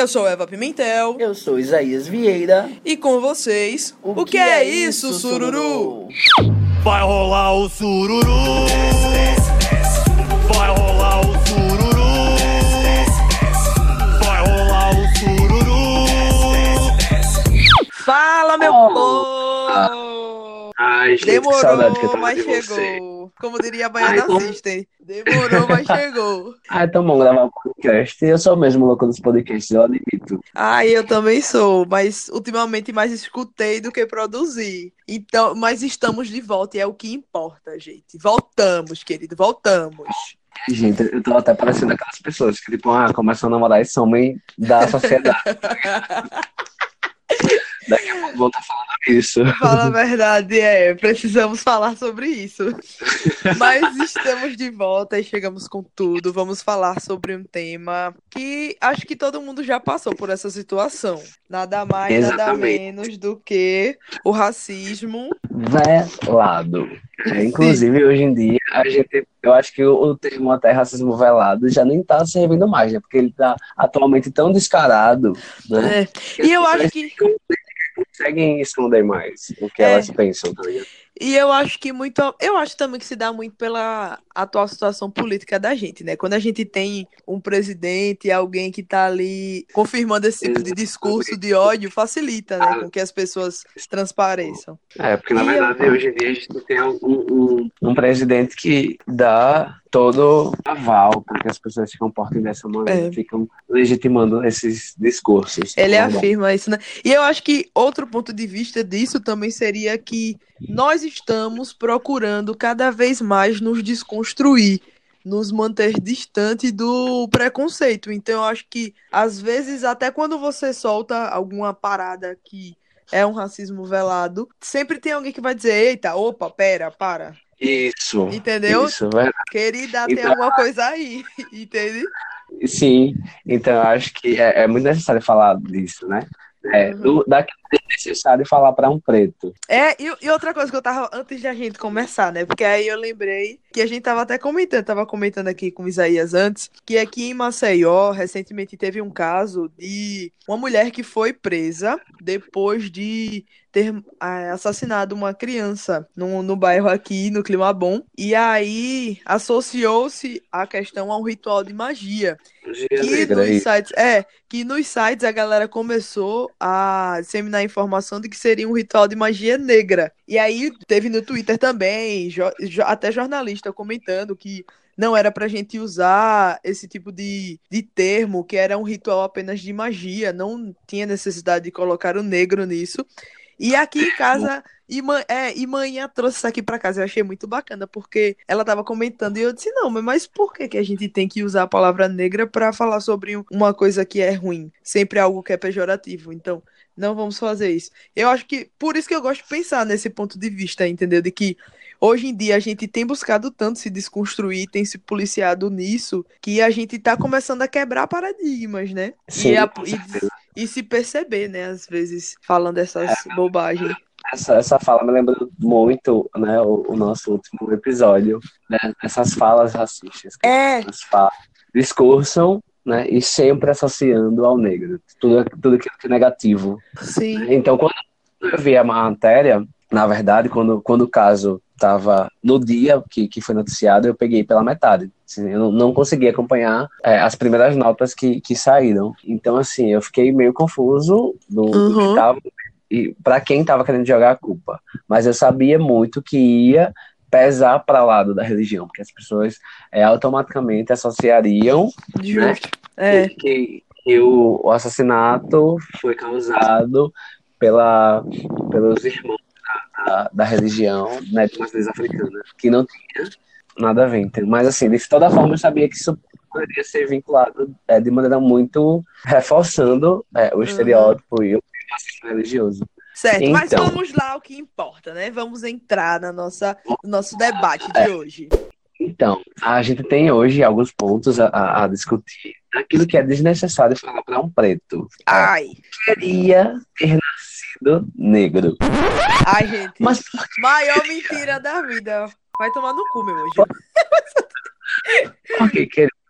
Eu sou Eva Pimentel. Eu sou Isaías Vieira. E com vocês, o que é isso, sururu? Vai rolar o sururu. Vai rolar o sururu. Vai rolar o sururu. Fala, meu povo! Ai, gente, demorou, que saudade que eu tava mas de chegou. você. Como diria a Baiana System. Demorou, mas chegou. É tão bom gravar um podcast. Eu sou mesmo louco dos podcasts, eu admito. Eu também sou, mas ultimamente mais escutei do que produzi. Então, mas estamos de volta e é o que importa, gente. Voltamos, querido, voltamos. Gente, eu tô até parecendo aquelas pessoas que, tipo, começam a namorar e somem da sociedade. Daqui a pouco vão estar falando isso. Fala a verdade, precisamos falar sobre isso. Mas estamos de volta e chegamos com tudo. Vamos falar sobre um tema que acho que todo mundo já passou por essa situação. Nada mais, Exatamente. nada menos do que o racismo Velado. Inclusive, hoje em dia, eu acho que o termo até racismo velado já nem tá servindo mais, né? Porque ele tá atualmente tão descarado, né? E eu acho que Conseguem esconder mais o que elas pensam, tá ligado? E eu acho que eu acho também que se dá muito pela atual situação política da gente, né? Quando a gente tem um presidente, alguém que tá ali confirmando esse tipo de discurso de ódio, facilita, né? Com que as pessoas transpareçam. Porque na verdade hoje em dia a gente tem um presidente que dá todo aval para que as pessoas se comportem dessa maneira, ficam legitimando esses discursos. Ele afirma isso, né? E eu acho que outro ponto de vista disso também seria que nós estamos procurando cada vez mais nos desconstruir, nos manter distante do preconceito. Então eu acho que, às vezes, até quando você solta alguma parada que é um racismo velado, sempre tem alguém que vai dizer, eita, opa, pera, para. Isso. Entendeu? Isso, verdade. Querida, tem alguma coisa aí, entende? Sim, então eu acho que é muito necessário falar disso, né? Daquilo que é necessário falar para um preto. E outra coisa que eu tava, antes de a gente começar, né? Porque aí eu lembrei que a gente tava até comentando aqui com o Isaías antes, que aqui em Maceió, recentemente teve um caso de uma mulher que foi presa depois de ter assassinado uma criança no bairro aqui, no Clima Bom, e aí associou-se a questão a um ritual de magia. Que nos sites a galera começou a disseminar a informação de que seria um ritual de magia negra. E aí teve no Twitter também, até jornalista comentando que não era pra gente usar esse tipo de termo, que era um ritual apenas de magia, não tinha necessidade de colocar o negro nisso. E aqui em casa, manhã trouxe isso aqui pra casa, eu achei muito bacana, porque ela tava comentando e eu disse, não, mas por que a gente tem que usar a palavra negra pra falar sobre uma coisa que é ruim? Sempre algo que é pejorativo, então não vamos fazer isso. Eu acho que, por isso que eu gosto de pensar nesse ponto de vista, entendeu? De que hoje em dia a gente tem buscado tanto se desconstruir, tem se policiado nisso, que a gente tá começando a quebrar paradigmas, né? Sim, E se perceber, né, às vezes, falando essas bobagens. Essa fala me lembrou muito, né, o nosso último episódio, né, essas falas racistas que as falas discursam, né, e sempre associando ao negro, tudo aquilo que é negativo. Sim. Então, quando eu vi a matéria, na verdade, quando o caso estava no dia que foi noticiado, eu peguei pela metade. Assim, eu não consegui acompanhar as primeiras notas que saíram. Então, assim, eu fiquei meio confuso do que estava e para quem estava querendo jogar a culpa. Mas eu sabia muito que ia pesar para o lado da religião, porque as pessoas automaticamente associariam, né, que o assassinato foi causado pelos irmãos da religião, né, de matriz africana, que não tinha nada a ver. Mas, assim, de toda forma, eu sabia que isso poderia ser vinculado de maneira muito reforçando o estereótipo e o racismo religioso. Certo, então, mas vamos lá ao que importa, né? Vamos entrar no nosso debate de hoje. Então, a gente tem hoje alguns pontos a discutir. Aquilo que é desnecessário falar para um preto. Queria ter nascido negro. Ai, gente, mas maior mentira da vida. Vai tomar no cu, meu anjo. Porque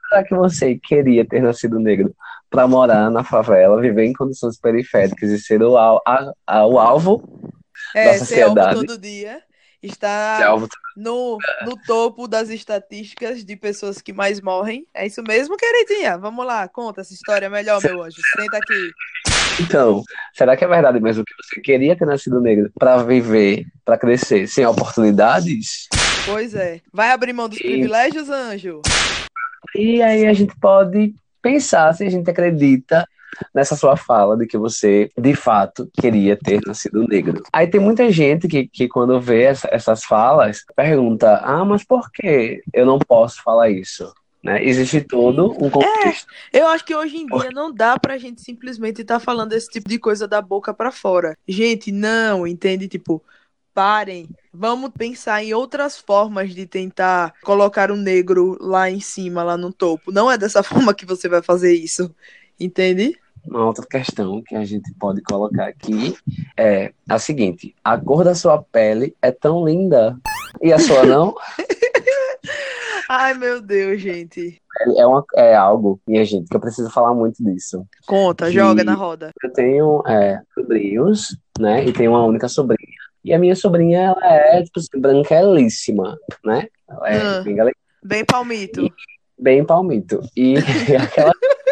será que você queria ter nascido negro para morar na favela, viver em condições periféricas e ser o alvo da Ser alvo sociedade? todo dia, Ser está alvo. no topo das estatísticas de pessoas que mais morrem. É isso mesmo, queridinha? Vamos lá, conta essa história melhor, meu anjo. Senta aqui. Então, será que é verdade mesmo que você queria ter nascido negro para viver, para crescer sem oportunidades? Pois é. Vai abrir mão dos E, privilégios, anjo? e aí a gente pode pensar se a gente acredita nessa sua fala de que você, de fato, queria ter nascido negro. Aí tem muita gente que quando vê essas falas, pergunta, mas por que eu não posso falar isso? Né? Existe todo um contexto. Eu acho que hoje em dia não dá pra gente simplesmente estar falando esse tipo de coisa da boca pra fora. Gente, não, entende? Tipo, parem. Vamos pensar em outras formas de tentar colocar o negro lá em cima, lá no topo. Não é dessa forma que você vai fazer isso. Entende? Uma outra questão que a gente pode colocar aqui é a seguinte: a cor da sua pele é tão linda e a sua não? Ai, meu Deus, gente. É algo, minha gente, que eu preciso falar muito disso. Conta, Que joga na roda. eu tenho sobrinhos, né? E tenho uma única sobrinha. E a minha sobrinha, ela é, tipo assim, branquelíssima, né? Ela é bem galega, Bem palmito. bem palmito. E aquela.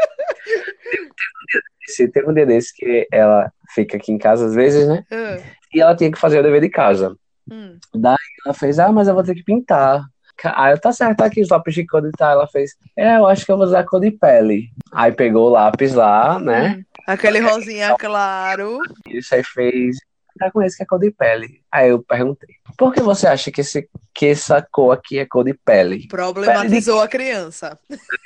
Teve um dia desse que ela fica aqui em casa às vezes, né? E ela tinha que fazer o dever de casa. Daí ela fez, mas eu vou ter que pintar. Aí eu, tá certo, tá aqui os lápis de cor de tal. Ela fez, eu acho que eu vou usar cor de pele. Aí pegou o lápis lá, né? Aquele rosinha claro. Isso aí fez, tá com esse que é cor de pele. Aí eu perguntei, por que você acha que essa cor aqui é cor de pele? Problematizou a criança.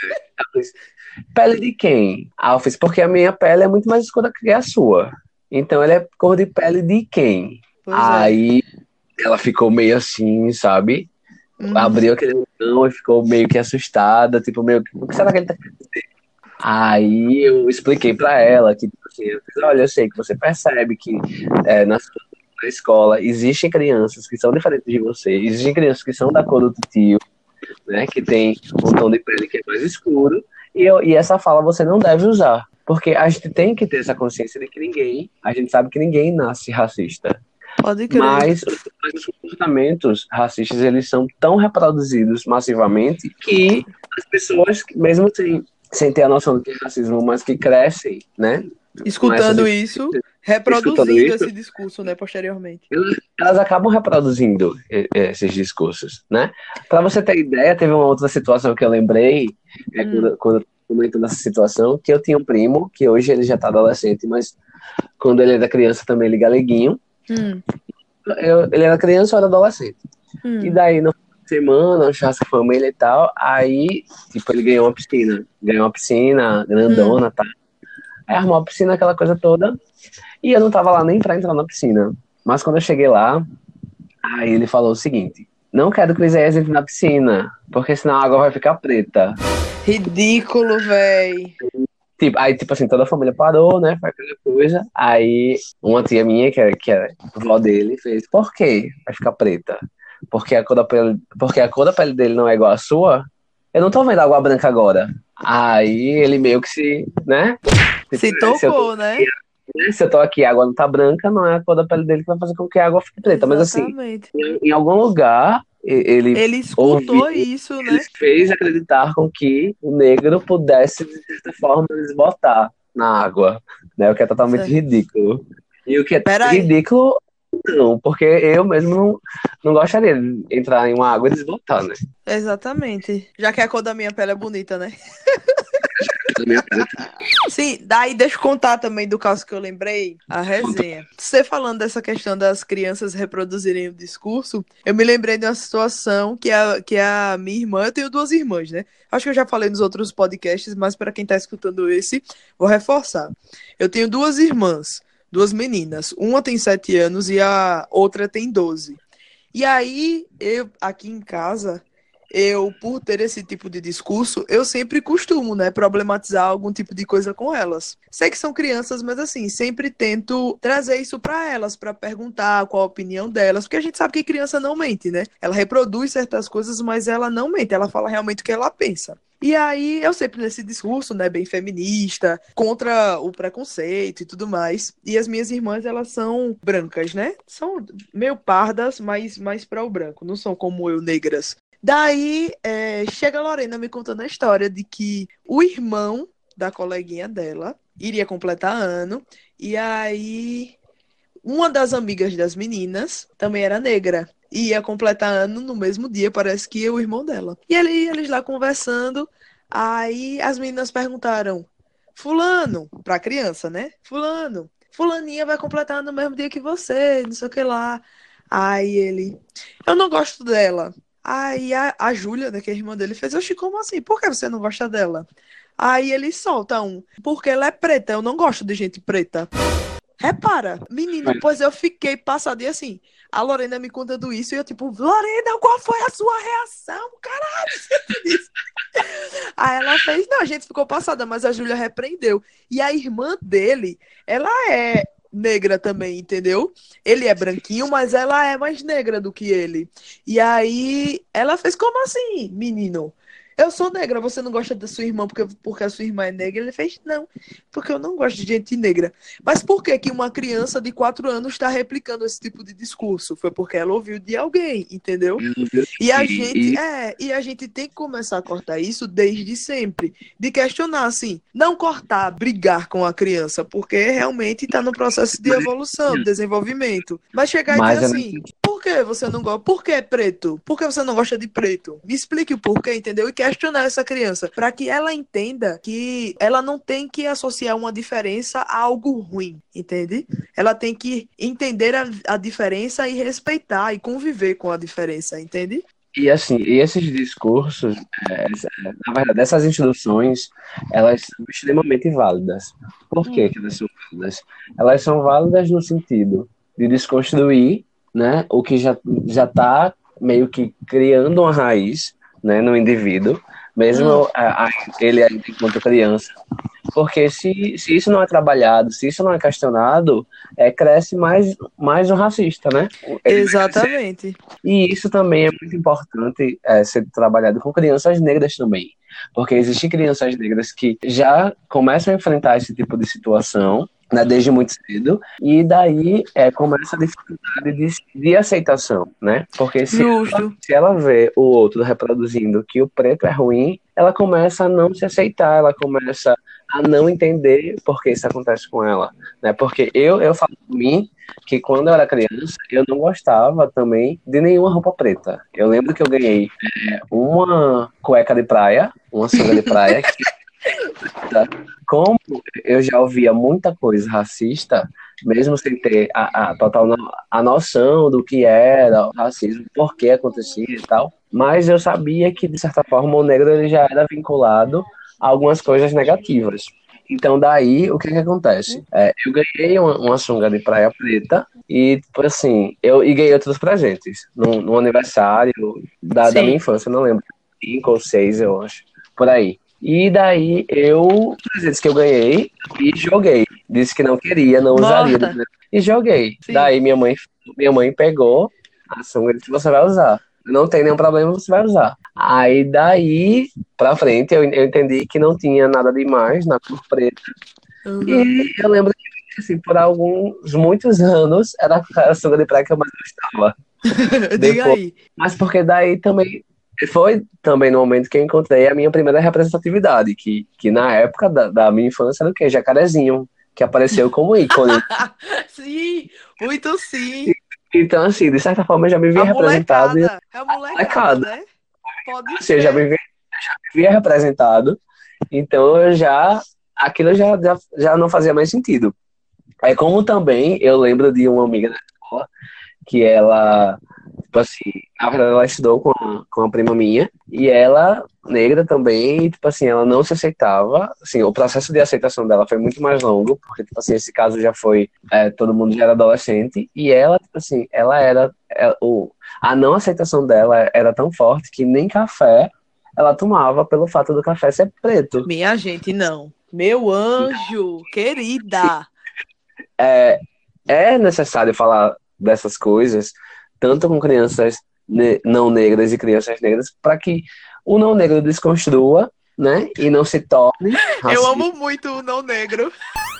Pele de quem? Aí eu fiz, porque a minha pele é muito mais escura que a sua. Então ela é cor de pele de quem? Pois Aí ela ficou meio assim, sabe? Abriu aquele botão e ficou meio que assustada, tipo, meio que, o que será que ele tá querendo dizer? Aí eu expliquei pra ela que, tipo assim, eu fiz, olha, eu sei que você percebe que na escola existem crianças que são diferentes de você, existem crianças que são da cor do tio, né, que tem um tom de pele que é mais escuro, e essa fala você não deve usar, porque a gente tem que ter essa consciência de que a gente sabe que ninguém nasce racista. Pode crer. Mas os comportamentos racistas, eles são tão reproduzidos massivamente que as pessoas, mesmo sem ter a noção do que é racismo, mas que crescem, né? Escutando isso, reproduzindo esse discurso, né, posteriormente. Elas acabam reproduzindo esses discursos, né? Para você ter ideia, teve uma outra situação que eu lembrei, quando comentando essa situação, que eu tinha um primo, que hoje ele já tá adolescente, mas quando ele era criança também, ele galeguinho. Ele era criança ou era adolescente. E daí, na semana, um churrasco de família e tal, aí, tipo, ele ganhou uma piscina grandona, tá? Aí arrumou a piscina, aquela coisa toda, e eu não tava lá nem pra entrar na piscina. Mas quando eu cheguei lá, aí ele falou o seguinte: não quero que o Isaías entre na piscina, porque senão a água vai ficar preta. Ridículo, véi. Aí, tipo assim, toda a família parou, né? Foi aquela coisa. Aí, uma tia minha, que é vó dele, fez: por quê vai ficar preta? Porque a cor da pele dele não é igual à sua? Eu não tô vendo água branca agora. Aí, ele meio que né? Se tocou, né? Se eu tô aqui e a água não tá branca, não é a cor da pele dele que vai fazer com que a água fique preta. Exatamente. Mas assim, em algum lugar, ele escutou isso, né? Ele fez acreditar com que o negro pudesse, de certa forma, desbotar na água, né? O que é totalmente ridículo. E o que é ridículo, não, porque eu mesmo não gostaria de entrar em uma água e desbotar, né? Exatamente. Já que a cor da minha pele é bonita, né? Sim, daí deixa eu contar também do caso que eu lembrei, a resenha. Você falando dessa questão das crianças reproduzirem o discurso, eu me lembrei de uma situação que a minha irmã, eu tenho duas irmãs, né? Acho que eu já falei nos outros podcasts, mas para quem tá escutando esse, vou reforçar. Eu tenho duas irmãs, duas meninas. Uma tem 7 anos e a outra tem 12. E aí, eu aqui em casa, eu, por ter esse tipo de discurso, eu sempre costumo, né, problematizar algum tipo de coisa com elas. Sei que são crianças, mas assim, sempre tento trazer isso para elas, para perguntar qual a opinião delas, porque a gente sabe que criança não mente, né? Ela reproduz certas coisas, mas ela não mente, ela fala realmente o que ela pensa. E aí, eu sempre nesse discurso, né, bem feminista, contra o preconceito e tudo mais. E as minhas irmãs, elas são brancas, né? São meio pardas, mas mais para o branco, não são como eu, negras. Daí, chega a Lorena me contando a história de que o irmão da coleguinha dela iria completar ano, e aí uma das amigas das meninas também era negra. E ia completar ano no mesmo dia, parece que o irmão dela. E eles lá conversando, aí as meninas perguntaram: Fulano, pra criança, né? Fulaninha vai completar no mesmo dia que você, não sei o que lá. Aí ele: Eu não gosto dela. Aí a Júlia, né, que é a irmã dele, fez: Oxi, como assim? Por que você não gosta dela? Aí ele solta um: Porque ela é preta, eu não gosto de gente preta. Repara, menino, pois eu fiquei passadinha assim. A Lorena me contando isso e eu, tipo, Lorena, qual foi a sua reação? Caralho, você disse. Aí ela fez, não, a gente ficou passada, mas a Júlia repreendeu. E a irmã dele, ela é negra também, entendeu? Ele é branquinho, mas ela é mais negra do que ele. E aí ela fez, como assim, menino? Eu sou negra, você não gosta da sua irmã porque a sua irmã é negra? Ele fez, não, porque eu não gosto de gente negra. Mas por que que uma criança de 4 anos está replicando esse tipo de discurso? Foi porque ela ouviu de alguém, entendeu? E a gente tem que começar a cortar isso desde sempre. De questionar, assim, não cortar, brigar com a criança, porque realmente está no processo de evolução, de desenvolvimento. Mas chegar e dizer Mas eu assim, por que você não gosta? Por que é preto? Por que você não gosta de preto? Me explique o porquê, entendeu? E questionar essa criança, para que ela entenda que ela não tem que associar uma diferença a algo ruim, entende? Ela tem que entender a diferença e respeitar e conviver com a diferença, entende? E assim, e esses discursos, na verdade, essas instruções, elas são extremamente válidas. Por que que elas são válidas? Elas são válidas no sentido de desconstruir, né, o que já está meio que criando uma raiz, né, no indivíduo, mesmo ele ainda enquanto criança. Porque se isso não é trabalhado, se isso não é questionado, cresce mais o racista, né? Ele vai crescer. Exatamente. E isso também é muito importante ser trabalhado com crianças negras também. Porque existem crianças negras que já começam a enfrentar esse tipo de situação, né, desde muito cedo, e daí começa a dificuldade de aceitação, né? Porque Justo. se ela vê o outro reproduzindo que o preto é ruim, ela começa a não se aceitar, ela começa a não entender por que isso acontece com ela, né? Porque eu falo por mim que quando eu era criança, eu não gostava também de nenhuma roupa preta. Eu lembro que eu ganhei uma cueca de praia, uma sunga de praia, que, como eu já ouvia muita coisa racista, mesmo sem ter a total a noção do que era o racismo, por que acontecia e tal, mas eu sabia que, de certa forma, o negro ele já era vinculado a algumas coisas negativas. Então, daí, o que acontece? Eu ganhei uma sunga de praia preta e, tipo assim, e ganhei outros presentes. No aniversário da minha infância, não lembro, 5 ou 6, eu acho, por aí. E daí, os presentes que eu ganhei e joguei. Disse que não queria, não usaria. E joguei. Sim. Daí, minha mãe pegou a sunga e disse: você vai usar. Não tem nenhum problema, você vai usar. Aí daí pra frente eu entendi que não tinha nada demais na cor preta. Uhum. E eu lembro que assim, por muitos anos era a sunga de praia que eu mais gostava. Diga aí. Mas porque daí também foi também no momento que eu encontrei a minha primeira representatividade, que na época da minha infância era o quê? Jacarezinho, que apareceu como ícone. Sim, muito sim. Então, assim, de certa forma eu já me via representado. É a molecada, né? Pode ser. Eu já me via representado. Então aquilo já não fazia mais sentido. Como também eu lembro de uma amiga da escola que ela, tipo assim, na verdade ela estudou com uma prima minha, e ela, negra também, e, tipo assim, ela não se aceitava, assim, o processo de aceitação dela foi muito mais longo, porque, tipo assim, esse caso já foi, todo mundo já era adolescente, e ela, tipo assim, a não aceitação dela era tão forte que nem café ela tomava pelo fato do café ser preto. Minha gente, não. Meu anjo, querida. É necessário falar dessas coisas, tanto com crianças não negras e crianças negras, para que o não negro desconstrua, né, e não se torne Eu racista. amo muito o não negro.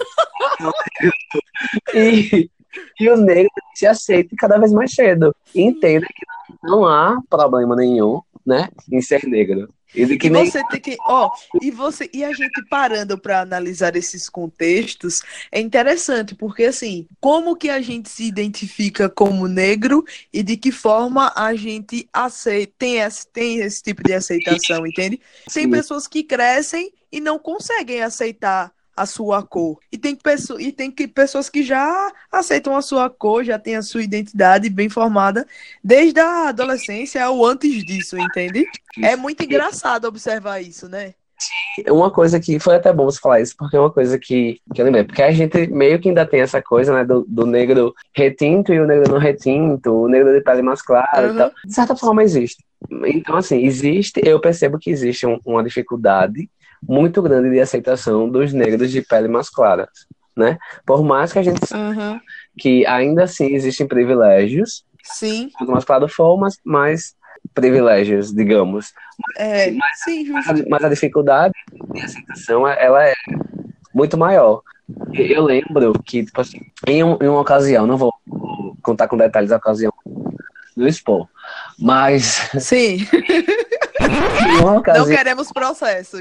E o negro se aceite cada vez mais cedo. E entenda que não há problema nenhum, né, em ser negro. E de que E nem você tem que, e a gente parando para analisar esses contextos é interessante, porque assim, como que a gente se identifica como negro e de que forma a gente aceita, tem esse tipo de aceitação, entende? Tem Sim. pessoas que crescem e não conseguem aceitar a sua cor. E tem pessoas que já aceitam a sua cor, já têm a sua identidade bem formada desde a adolescência ou antes disso, entende? É muito engraçado observar isso, né? Uma coisa que foi até bom você falar isso, porque é uma coisa que eu lembrei, porque a gente meio que ainda tem essa coisa, né, do negro retinto e o negro não retinto, o negro de pele mais clara e tal. De certa forma existe. Então, assim, eu percebo que existe uma dificuldade muito grande de aceitação dos negros de pele mais clara, né? Por mais que a gente saiba que ainda assim existem privilégios, Sim. quanto mais claro for, mais privilégios, digamos. Sim, justo. Mas a dificuldade de aceitação, ela é muito maior. Eu lembro que, tipo assim, em uma ocasião, não vou contar com detalhes da ocasião do expor, mas Sim. em uma ocasião... Não queremos processos.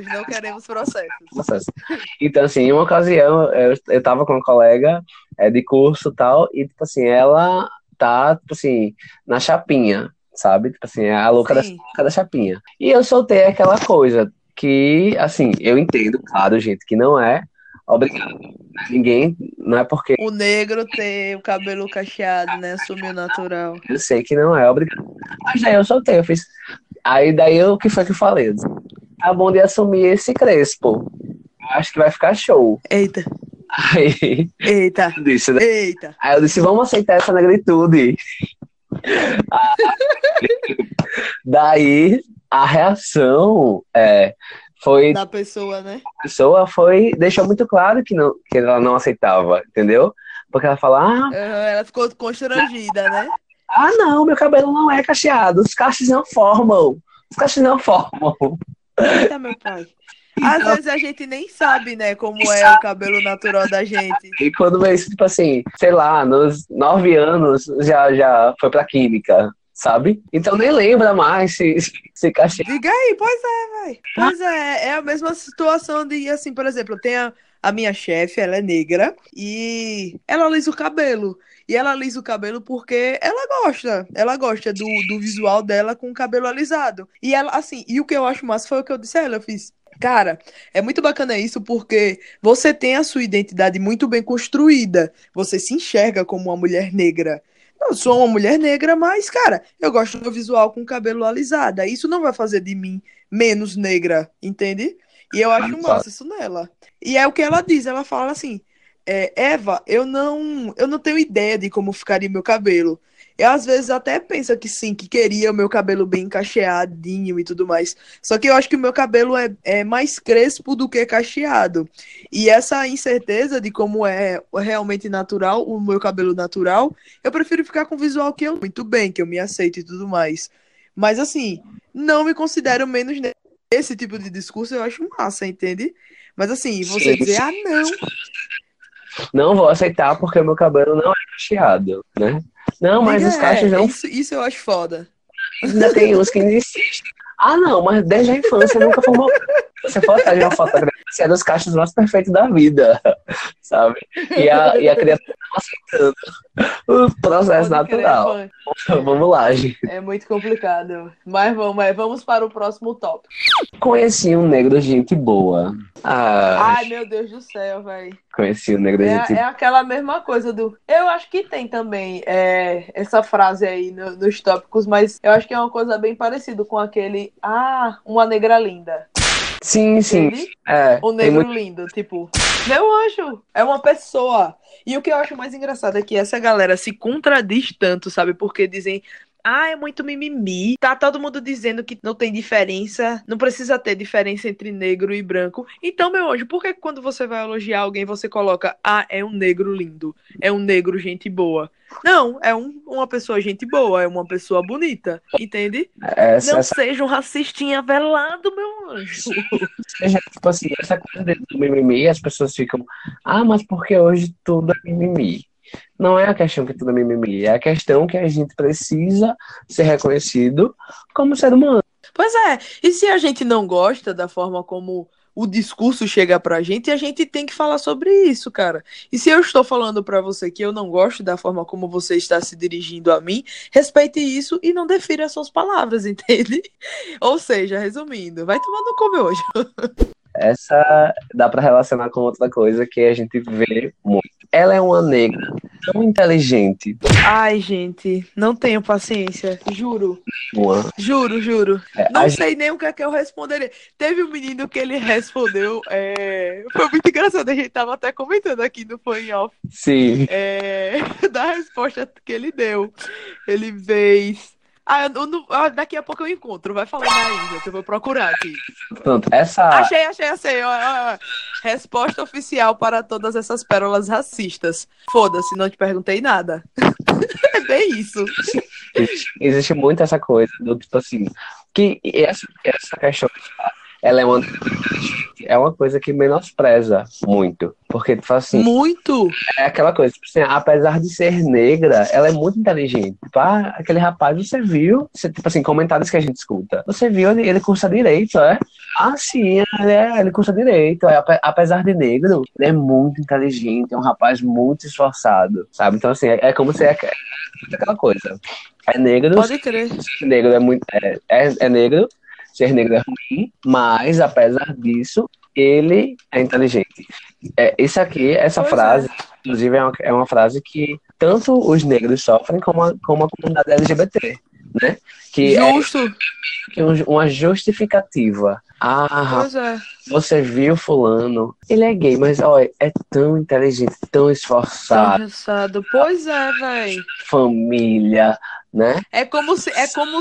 Então, assim, em uma ocasião, eu tava com uma colega de curso e tal, e, tipo assim, ela tá, tipo assim, na chapinha, sabe? Tipo assim, é a louca da chapinha. E eu soltei aquela coisa que, assim, eu entendo, claro, gente, que não é obrigado. Ninguém, não é porque... O negro ter o cabelo cacheado, né? Assumir o natural. Eu sei que não é obrigado. Mas daí eu soltei, eu fiz... Aí daí o que foi que eu falei? Eu disse, tá bom de assumir esse crespo. Eu acho que vai ficar show. Eita. Aí Eita. eu disse, né? Eita. Aí eu disse, vamos aceitar essa negritude. Daí a reação foi Da pessoa, né? a pessoa deixou muito claro que ela não aceitava, entendeu? Porque ela fala, Ela ficou constrangida, né? não, meu cabelo não é cacheado, os cachos não formam. Eita, meu pai. Às vezes a gente nem sabe, né, como é o cabelo natural da gente. E quando vê isso, tipo assim, sei lá, nos 9 anos já foi pra química, sabe? Então nem lembra mais se cacheado. Diga aí, pois é, velho. Pois é a mesma situação de, assim, por exemplo, tem a minha chefe, ela é negra, e ela alisa o cabelo. E ela alisa o cabelo porque ela gosta do visual dela com o cabelo alisado. E ela, assim, e o que eu acho massa foi o que eu disse a ela, eu fiz, cara, é muito bacana isso porque você tem a sua identidade muito bem construída. Você se enxerga como uma mulher negra. Eu sou uma mulher negra, mas, cara, eu gosto do meu visual com cabelo alisado. Isso não vai fazer de mim menos negra, entende? E eu acho massa isso nela. E é o que ela diz, ela fala assim, Eva, eu não tenho ideia de como ficaria meu cabelo. Eu às vezes até penso que sim, que queria o meu cabelo bem cacheadinho e tudo mais. Só que eu acho que o meu cabelo é mais crespo do que cacheado. E essa incerteza de como é realmente natural, o meu cabelo natural, eu prefiro ficar com o visual que eu muito bem, que eu me aceito e tudo mais. Mas assim, não me considero menos esse tipo de discurso, eu acho massa, entende? Mas assim, você dizer, não. Não vou aceitar porque o meu cabelo não é cacheado, né? Não, mas os cachos não... Isso eu acho foda. Ainda tem uns que insistem. Não, mas desde a infância nunca formou. Você for atrás de uma fotografia, você é dos cachos mais perfeitos da vida, sabe? E a criança não aceitando o processo Pode crer, natural. mãe. Vamos lá, gente. É muito complicado. Mas vamos para o próximo tópico. Conheci um negro de gente boa. Ai, meu Deus do céu, velho. Conheci um negro de gente É aquela mesma coisa do. Eu acho que tem também essa frase aí nos tópicos, mas eu acho que é uma coisa bem parecida com aquele. Ah, uma negra linda. Sim, sim. Entende? O Tem negro muito... lindo, tipo, meu anjo, é uma pessoa. E o que eu acho mais engraçado é que essa galera se contradiz tanto, sabe? Porque dizem, ah, é muito mimimi. Tá todo mundo dizendo que não tem diferença, não precisa ter diferença entre negro e branco. Então, meu anjo, por que quando você vai elogiar alguém, você coloca, ah, é um negro lindo, é um negro gente boa? Não, é uma pessoa gente boa, é uma pessoa bonita, entende? Não seja um racistinha velado, meu anjo. Tipo assim, essa coisa do mimimi, as pessoas ficam, ah, mas porque hoje tudo é mimimi? Não é a questão que tudo é mimimi, é a questão que a gente precisa ser reconhecido como ser humano. Pois é, e se a gente não gosta da forma como o discurso chega pra gente, a gente tem que falar sobre isso, cara. E se eu estou falando pra você que eu não gosto da forma como você está se dirigindo a mim, respeite isso e não defira as suas palavras, entende? Ou seja, resumindo, vai tomar no cu, meu anjo. Essa dá pra relacionar com outra coisa que a gente vê muito. Ela é uma negra tão inteligente. Ai, gente, não tenho paciência, juro. Juro. Não sei nem o que é que eu responderia. Teve um menino que ele respondeu, foi muito engraçado, a gente tava até comentando aqui no Foi Off. Sim. Da resposta que ele deu. Ele fez... daqui a pouco eu encontro, vai falando aí, gente, eu vou procurar aqui. Pronto, essa... Achei, ó. Resposta oficial para todas essas pérolas racistas. Foda-se, não te perguntei nada. É bem isso. Existe muito essa coisa do tipo assim, que essa questão, ela é uma coisa que menospreza muito, porque tipo assim, muito. É aquela coisa, tipo assim, apesar de ser negra, ela é muito inteligente. Tipo, aquele rapaz, você viu, tipo assim, comentários que a gente escuta, você viu, ele cursa direito, é? Ah, sim, ele cursa direito, apesar de negro, ele é muito inteligente, é um rapaz muito esforçado, sabe? Então assim, é como se aquela coisa. É negro. Pode crer. Ser negro é muito. É negro, ser negro é ruim, mas apesar disso, ele é inteligente. Isso aqui, essa Pois frase, inclusive, é uma frase que tanto os negros sofrem como a comunidade LGBT, né? Que Justo. Uma justificativa. Pois é. Você viu fulano, ele é gay, mas olha, é tão inteligente, tão esforçado. Pois é, velho. Família, né? É como se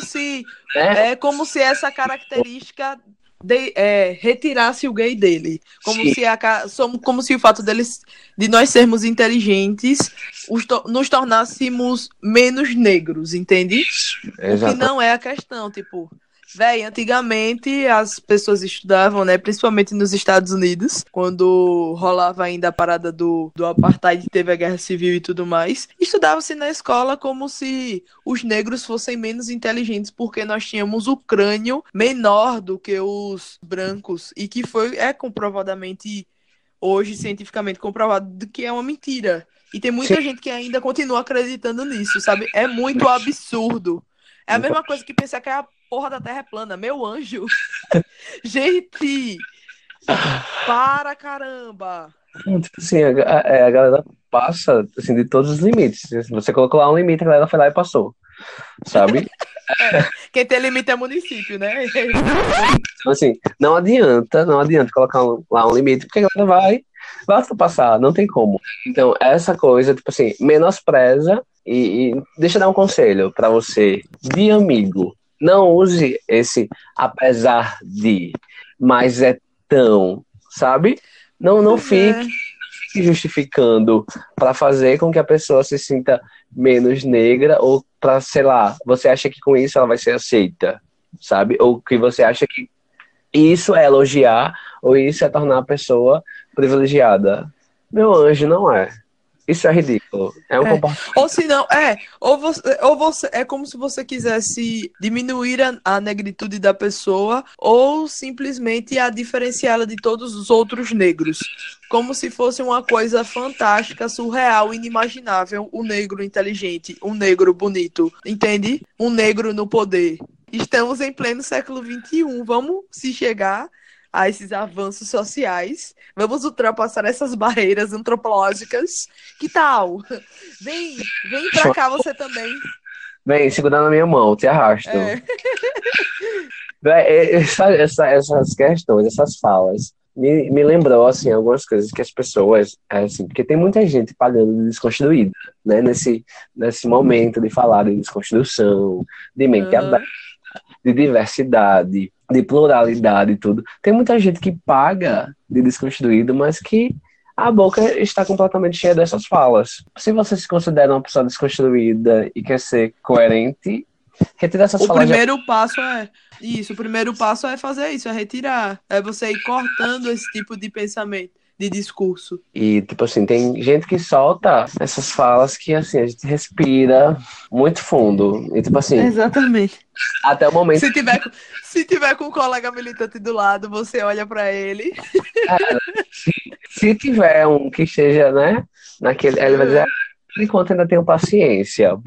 essa característica retirasse o gay dele. Como se o fato de nós sermos inteligentes nos tornássemos menos negros, entende? O que não é a questão, tipo... Véi, antigamente as pessoas estudavam, né, principalmente nos Estados Unidos, quando rolava ainda a parada do apartheid, teve a guerra civil e tudo mais, estudava-se na escola como se os negros fossem menos inteligentes, porque nós tínhamos o crânio menor do que os brancos, e que é comprovadamente, hoje, cientificamente comprovado, que é uma mentira. E tem muita gente que ainda continua acreditando nisso, sabe? É muito absurdo. É a mesma coisa que pensar que a porra da Terra é plana. Meu anjo. Gente. Para, caramba. Tipo assim, a galera passa assim, de todos os limites. Se você colocou lá um limite, a galera foi lá e passou. Sabe? Quem tem limite é município, né? Então, assim, não adianta colocar lá um limite, porque a galera vai ultrapassar, não tem como. Então, essa coisa, tipo assim, menospreza. E deixa eu dar um conselho pra você, de amigo. Não use esse apesar de, mas é tão, sabe? Não fique justificando pra fazer com que a pessoa se sinta menos negra ou pra, sei lá, você acha que com isso ela vai ser aceita, sabe? Ou que você acha que isso é elogiar ou isso é tornar a pessoa privilegiada. Meu anjo, não é. Isso é ridículo. É um É. comportamento. Ou se não, ou você, é como se você quisesse diminuir a negritude da pessoa ou simplesmente a diferenciá-la de todos os outros negros. Como se fosse uma coisa fantástica, surreal, inimaginável, o negro inteligente, o negro bonito, entende? Um negro no poder. Estamos em pleno século XXI, vamos se chegar a esses avanços sociais, vamos ultrapassar essas barreiras antropológicas. Que tal? Vem pra cá você também. Vem, segurando a minha mão, te arrasto. É. Essas questões, essas falas, me lembrou, assim, algumas coisas que as pessoas, assim, porque tem muita gente pagando de desconstruída, né, nesse momento de falar de desconstrução, de mente Uhum. aberta, de diversidade, de pluralidade e tudo. Tem muita gente que paga de desconstruído, mas que a boca está completamente cheia dessas falas. Se você se considera uma pessoa desconstruída e quer ser coerente, retira essas O falas. primeiro passo é isso, o primeiro passo é fazer isso, é retirar. É você ir cortando esse tipo de pensamento, de discurso. E, tipo assim, tem gente que solta essas falas que, assim, a gente respira muito fundo. E, tipo assim, Exatamente. até o momento. Se tiver com um colega militante do lado, você olha pra ele. Se tiver um que esteja, né, naquele. Ele vai dizer, por enquanto ainda tenho paciência.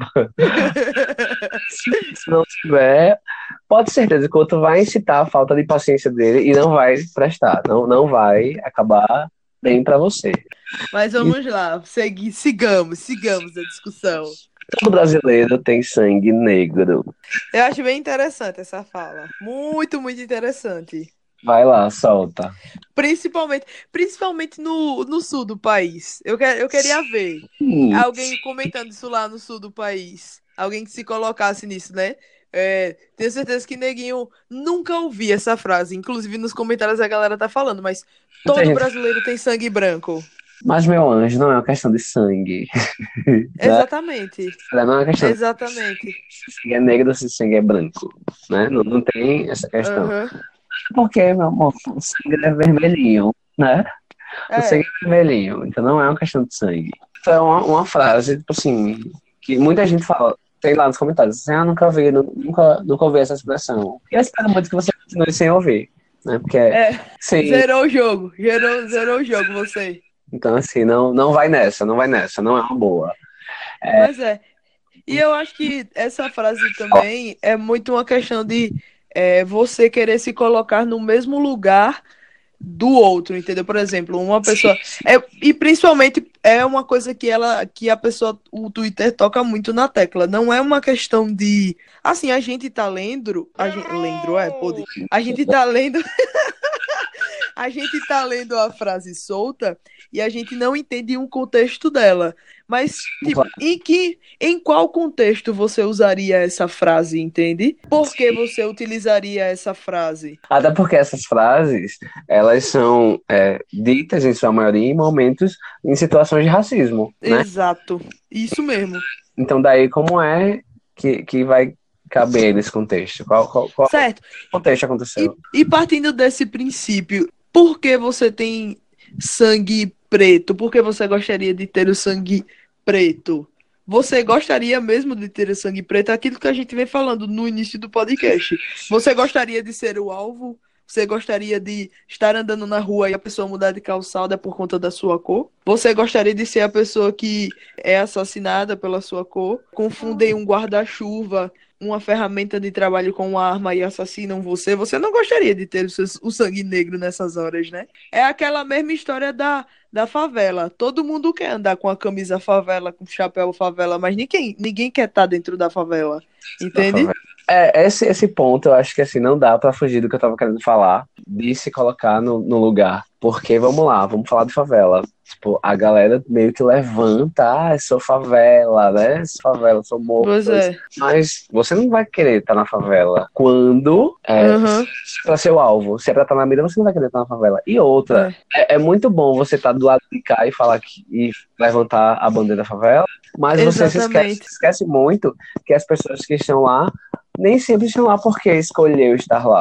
Se não tiver, pode ter certeza que o outro vai incitar a falta de paciência dele e não vai prestar. Não vai acabar bem pra você. Mas vamos lá, sigamos a discussão. Todo brasileiro tem sangue negro. Eu acho bem interessante essa fala. Muito, muito interessante. Vai lá, solta. Principalmente no sul do país. Eu queria ver alguém comentando isso lá no sul do país. Alguém que se colocasse nisso, né? Tenho certeza que Neguinho nunca ouvi essa frase. Inclusive nos comentários a galera tá falando, mas todo brasileiro tem sangue branco. Mas, meu anjo, não é uma questão de sangue. Exatamente. Não é uma questão Exatamente. se sangue é negro ou se sangue é branco. Né? Não tem essa questão. Uhum. Porque, meu amor, o sangue é vermelhinho, né? O sangue é vermelhinho, então não é uma questão de sangue. Então é uma frase, tipo assim, que muita gente fala, tem lá nos comentários, assim, nunca ouvi essa expressão. E eu espero muito que você continue sem ouvir, né? Porque zerou o jogo, zerou o jogo você. Então, assim, não vai nessa, não é uma boa. Mas e eu acho que essa frase também é muito uma questão de você querer se colocar no mesmo lugar do outro, entendeu? Por exemplo, uma pessoa. E principalmente é uma coisa que a pessoa, o Twitter toca muito na tecla. Não é uma questão de. Assim, a gente tá lendo. A gente tá lendo. A gente tá lendo a frase solta e a gente não entende um contexto dela. Mas, tipo, em qual contexto você usaria essa frase, entende? Por que você utilizaria essa frase? Até porque essas frases, elas são ditas, em sua maioria, em situações de racismo, né? Exato. Isso mesmo. Então, daí, como é que vai caber nesse contexto? Qual certo. contexto aconteceu? E partindo desse princípio, por que você tem sangue preto? Por que você gostaria de ter o sangue preto? Você gostaria mesmo de ter o sangue preto? Aquilo que a gente vem falando no início do podcast. Você gostaria de ser o alvo? Você gostaria de estar andando na rua e a pessoa mudar de calçada por conta da sua cor? Você gostaria de ser a pessoa que é assassinada pela sua cor? Confundem um guarda-chuva, uma ferramenta de trabalho com uma arma e assassinam você? Você não gostaria de ter o sangue negro nessas horas, né? É aquela mesma história da favela. Todo mundo quer andar com a camisa favela, com o chapéu favela, mas ninguém quer estar dentro da favela. Entende? Esse ponto eu acho que assim, não dá pra fugir do que eu tava querendo falar, de se colocar no lugar. Porque, vamos lá, vamos falar de favela. Tipo, a galera meio que levanta, sou favela, né? Sou favela, sou morto. Pois é. Mas você não vai querer estar na favela quando pra ser o alvo. Se é pra estar na mira, você não vai querer estar na favela. E outra, é muito bom você estar do lado de cá e falar e levantar a bandeira da favela, mas você se esquece muito que as pessoas que estão lá nem sempre estão lá porque escolheu estar lá.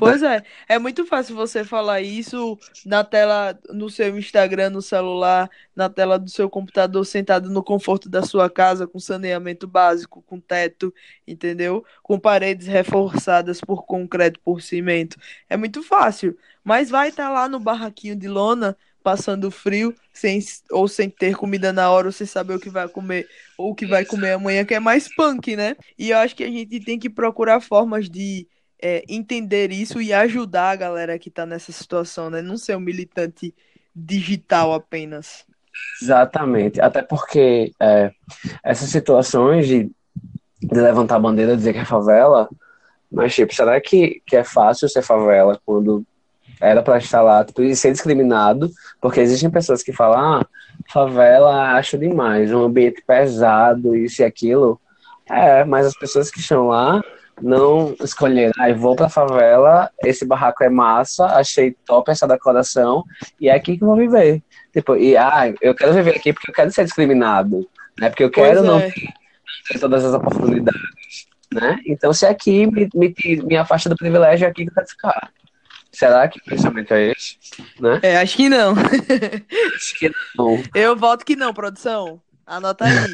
Pois é muito fácil você falar isso na tela, no seu Instagram, no celular, na tela do seu computador, sentado no conforto da sua casa, com saneamento básico, com teto, entendeu? Com paredes reforçadas por concreto, por cimento. É muito fácil, mas vai estar lá no barraquinho de lona, passando frio, sem ter comida na hora, ou sem saber o que vai comer, ou o que vai comer amanhã, que é mais punk, né? E eu acho que a gente tem que procurar formas de entender isso e ajudar a galera que tá nessa situação, né? Não ser um militante digital apenas. Exatamente. Até porque essas situações de levantar a bandeira, dizer que é favela, mas, tipo, será que é fácil ser favela quando era para estar lá, tipo, e ser discriminado? Porque existem pessoas que falam, favela acho demais, um ambiente pesado, isso e aquilo. Mas as pessoas que estão lá não escolheram, vou pra favela, esse barraco é massa, achei top essa decoração, e é aqui que eu vou viver. Tipo, eu quero viver aqui porque eu quero ser discriminado, né? Porque eu quero não ter todas as oportunidades, né? Então, se aqui me afasta do privilégio, é aqui que eu quero ficar. Será que o pensamento é esse? Né? Acho que não. Acho que não. Eu voto que não, produção. Anota aí.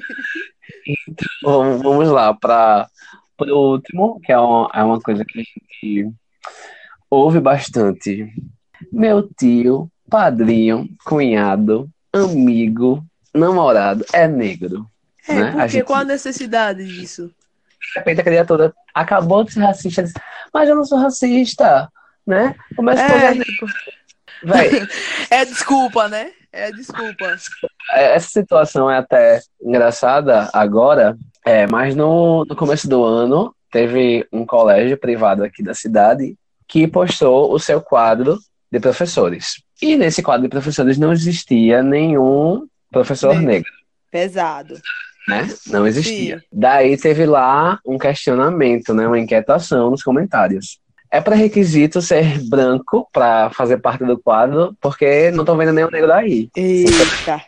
Então, vamos lá para o último, que é uma coisa que a gente ouve bastante. Meu tio, padrinho, cunhado, amigo, namorado é negro. Né? Porque qual a necessidade disso? De repente a criatura acabou de ser racista, disse, mas eu não sou racista, né? Como é que tipo... Véi, desculpa, né? Desculpa. Essa situação é até engraçada agora, mas no começo do ano teve um colégio privado aqui da cidade que postou o seu quadro de professores. E nesse quadro de professores não existia nenhum professor negro. Pesado. Né? Não existia. Sim. Daí teve lá um questionamento, né? Uma inquietação nos comentários. É pré-requisito ser branco para fazer parte do quadro, porque não estão vendo nenhum negro daí. Eita!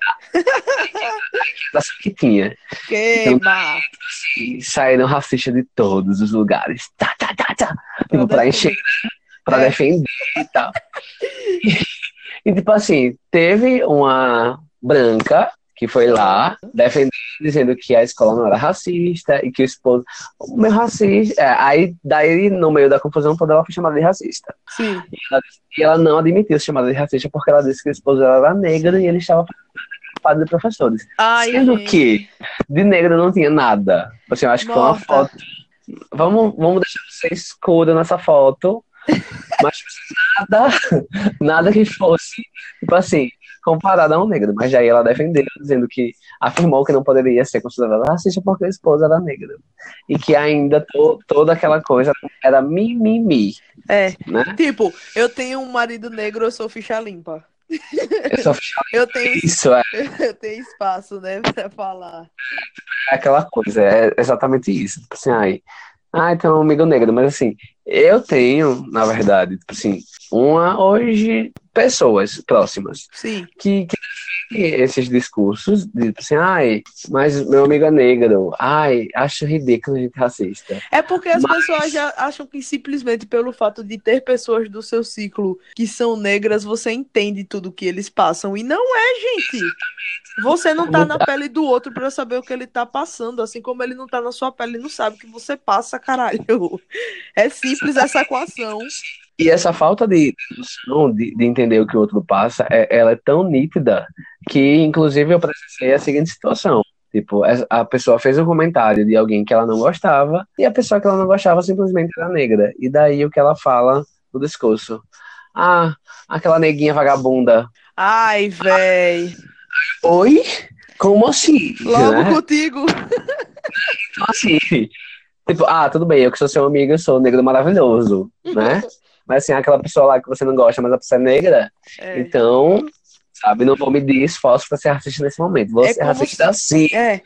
Que tinha. Queima! Então, saíram racistas de todos os lugares. Tipo, para encher, para defender e tal. E tipo assim, teve uma branca que foi lá defendendo, dizendo que a escola não era racista e que o esposo... O meu racista... Aí, daí, no meio da confusão toda, ela foi chamada de racista. Sim. E ela não admitiu ser chamada de racista porque ela disse que o esposo dela era negro e ele estava fazendo de professores. Sendo que de negro não tinha nada. Assim, eu acho que foi uma foto... Vamos deixar você escuro nessa foto, mas nada que fosse, tipo assim, comparada a um negro. Mas aí ela defendeu, dizendo que afirmou que não poderia ser considerada racista porque a esposa era negra. E que ainda toda aquela coisa era mimimi. Né? Tipo, eu tenho um marido negro, eu sou ficha limpa. Eu sou ficha limpa. Eu tenho espaço, né, pra falar. É aquela coisa, é exatamente isso. Tipo assim, então um amigo negro, mas assim, eu tenho, na verdade, tipo assim, hoje, pessoas próximas. Sim. Que defendem esses discursos de tipo assim, mas meu amigo é negro, acho ridículo a gente racista. É porque as pessoas já acham que simplesmente pelo fato de ter pessoas do seu ciclo que são negras, você entende tudo que eles passam. E não é, gente. Você não tá na pele do outro pra saber o que ele tá passando, assim como ele não tá na sua pele e não sabe o que você passa, caralho. É simples essa equação. E essa falta de noção, de entender o que o outro passa, ela é tão nítida que, inclusive, eu presenciei a seguinte situação. Tipo, a pessoa fez um comentário de alguém que ela não gostava e a pessoa que ela não gostava simplesmente era negra. E daí o que ela fala no discurso? Aquela neguinha vagabunda. Ai, véi. Oi? Como assim? Logo contigo. Então, assim, tipo, tudo bem, eu que sou seu amigo, eu sou negro maravilhoso, né? Mas assim, aquela pessoa lá que você não gosta, mas a pessoa é negra, então, sabe, não vou medir esforço pra ser racista nesse momento. Vou ser racista assim.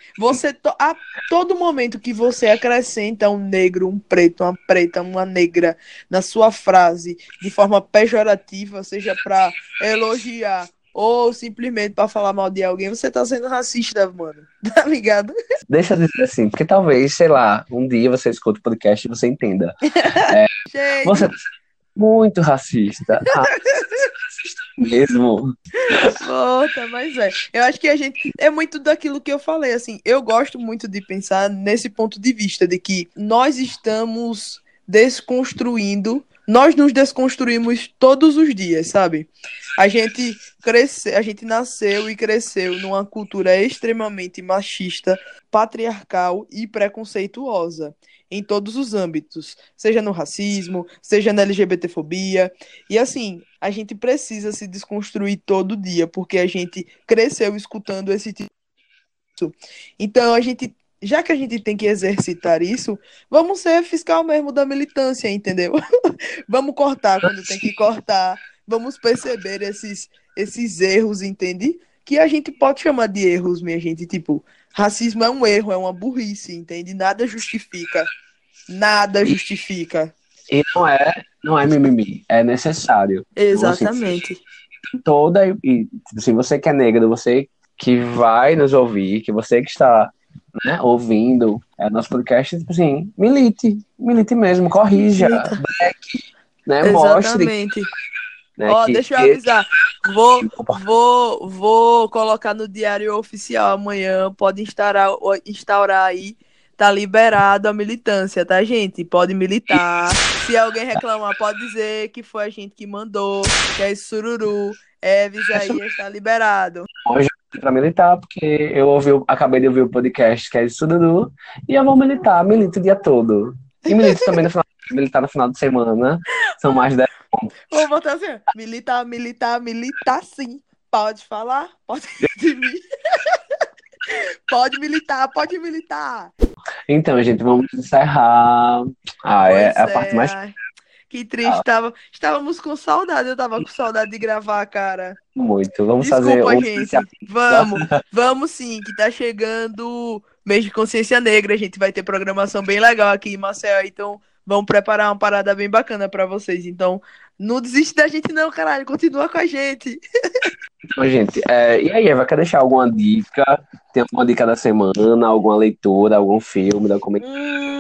A todo momento que você acrescenta um negro, um preto, uma preta, uma negra na sua frase de forma pejorativa, seja pra elogiar ou simplesmente pra falar mal de alguém, você tá sendo racista, mano. Tá ligado? Deixa eu dizer assim, porque talvez, sei lá, um dia você escuta o podcast e você entenda. Você Gente, tá sendo muito racista. Ah, racista mesmo. volta, mas é. Eu acho que a gente. É muito daquilo que eu falei, assim. Eu gosto muito de pensar nesse ponto de vista, de que nós estamos desconstruindo. Nós nos desconstruímos todos os dias, sabe? A gente nasceu e cresceu numa cultura extremamente machista, patriarcal e preconceituosa em todos os âmbitos, seja no racismo, seja na LGBTfobia. E assim, a gente precisa se desconstruir todo dia, porque a gente cresceu escutando esse tipo. Então, já que a gente tem que exercitar isso, vamos ser fiscal mesmo da militância, entendeu? Vamos cortar quando tem que cortar, vamos perceber esses erros, entende? Que a gente pode chamar de erros, minha gente. Tipo, racismo é um erro, é uma burrice, entende? Nada justifica. Nada E, justifica. e não é mimimi, é necessário. Então, assim, Exatamente. tipo assim, você que é negro, você que vai nos ouvir, que você que está, né, ouvindo nosso podcast, tipo assim, milite mesmo, corrija, Milita. né, mostre, Exatamente. né, Ó, que, deixa eu que avisar. Vou colocar no diário oficial amanhã. Pode instaurar aí. Tá liberado a militância, tá, gente? Pode militar. Se alguém reclamar, pode dizer que foi a gente que mandou, que é esse sururu. Isaías está liberado. hoje eu para militar, porque acabei de ouvir o podcast que é de Sururu, e eu vou milito o dia todo. E milito também militar no final de semana. São mais 10. Vou botar assim, ó. Militar sim. Pode falar, pode de mim. Pode militar, pode militar. Então, gente, vamos encerrar. É Pois a parte mais é. Que triste, estávamos com saudade, eu tava com saudade de gravar, cara. muito. Vamos fazer Desculpa, um especial. gente. Vamos sim, que tá chegando mês de consciência negra, a gente vai ter programação bem legal aqui em Maceió, então vamos preparar uma parada bem bacana pra vocês. Então, não desiste da gente não, caralho, continua com a gente. Então, gente, e aí, Eva, quer deixar alguma dica? Tem alguma dica da semana, alguma leitura, algum filme, documentário?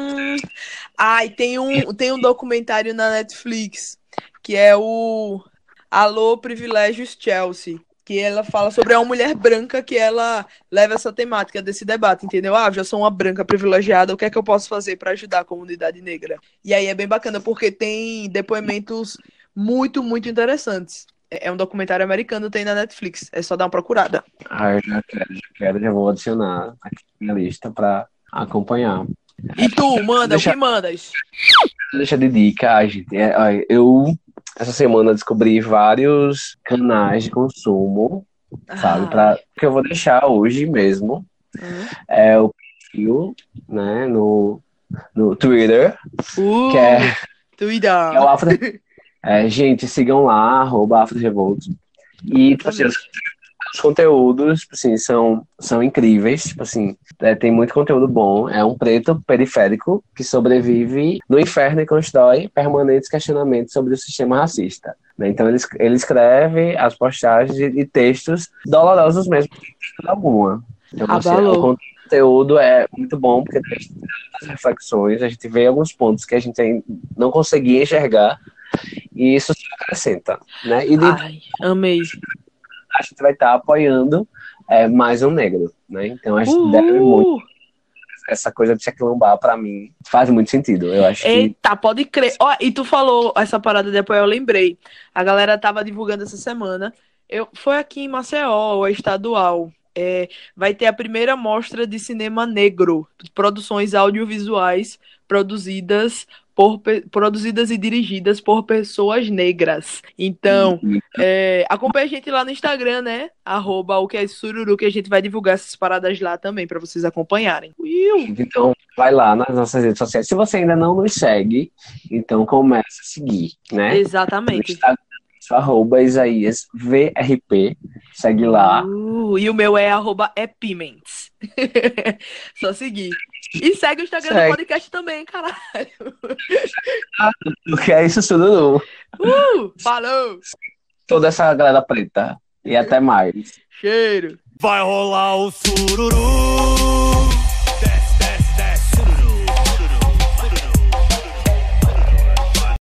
Ai, tem um documentário na Netflix que é o Alô Privilégios Chelsea, que ela fala sobre uma mulher branca que ela leva essa temática desse debate, entendeu? Ah, eu já sou uma branca privilegiada, o que é que eu posso fazer para ajudar a comunidade negra? E aí é bem bacana porque tem depoimentos muito, muito interessantes. É um documentário americano, tem na Netflix. É só dar uma procurada. Eu já vou adicionar aqui na minha lista para acompanhar. E tu, manda, o que mandas? Deixa de dica, gente. Eu, essa semana, descobri vários canais de consumo, sabe? Que eu vou deixar hoje mesmo. É o perfil, né, no Twitter, que é Twitter. o Afro. Gente, sigam lá, @AfroRevolts. E, tipo assim, os conteúdos, tipo assim, são incríveis, tipo assim, tem muito conteúdo bom. É um preto periférico que sobrevive no inferno e constrói permanentes questionamentos sobre o sistema racista, né? Então ele escreve as postagens e textos dolorosos mesmo, sem alguma. Então, assim, o conteúdo é muito bom porque tem as reflexões, a gente vê alguns pontos que a gente não conseguia enxergar e isso se acrescenta, né? Ai, amei. A gente vai estar apoiando mais um negro, né? Então a gente deve muito. Essa coisa de se aquilombar, pra mim, faz muito sentido. Eu acho Eita, pode crer. Ó, e tu falou essa parada de apoio, eu lembrei. A galera tava divulgando essa semana. Foi aqui em Maceió, estadual. Vai ter a primeira mostra de cinema negro, produções audiovisuais produzidas e dirigidas por pessoas negras. Então, acompanha a gente lá no Instagram, né? @o que é sururu, que a gente vai divulgar essas paradas lá também, para vocês acompanharem. Então, vai lá nas nossas redes sociais. Se você ainda não nos segue, então começa a seguir, né? Exatamente. @IsaíasVRP. Segue lá. E o meu é @epiments. Só seguir. E segue o Instagram do podcast também, caralho. O que é isso tudo? Falou! Toda essa galera preta. E até mais. Cheiro. Vai rolar o sururu.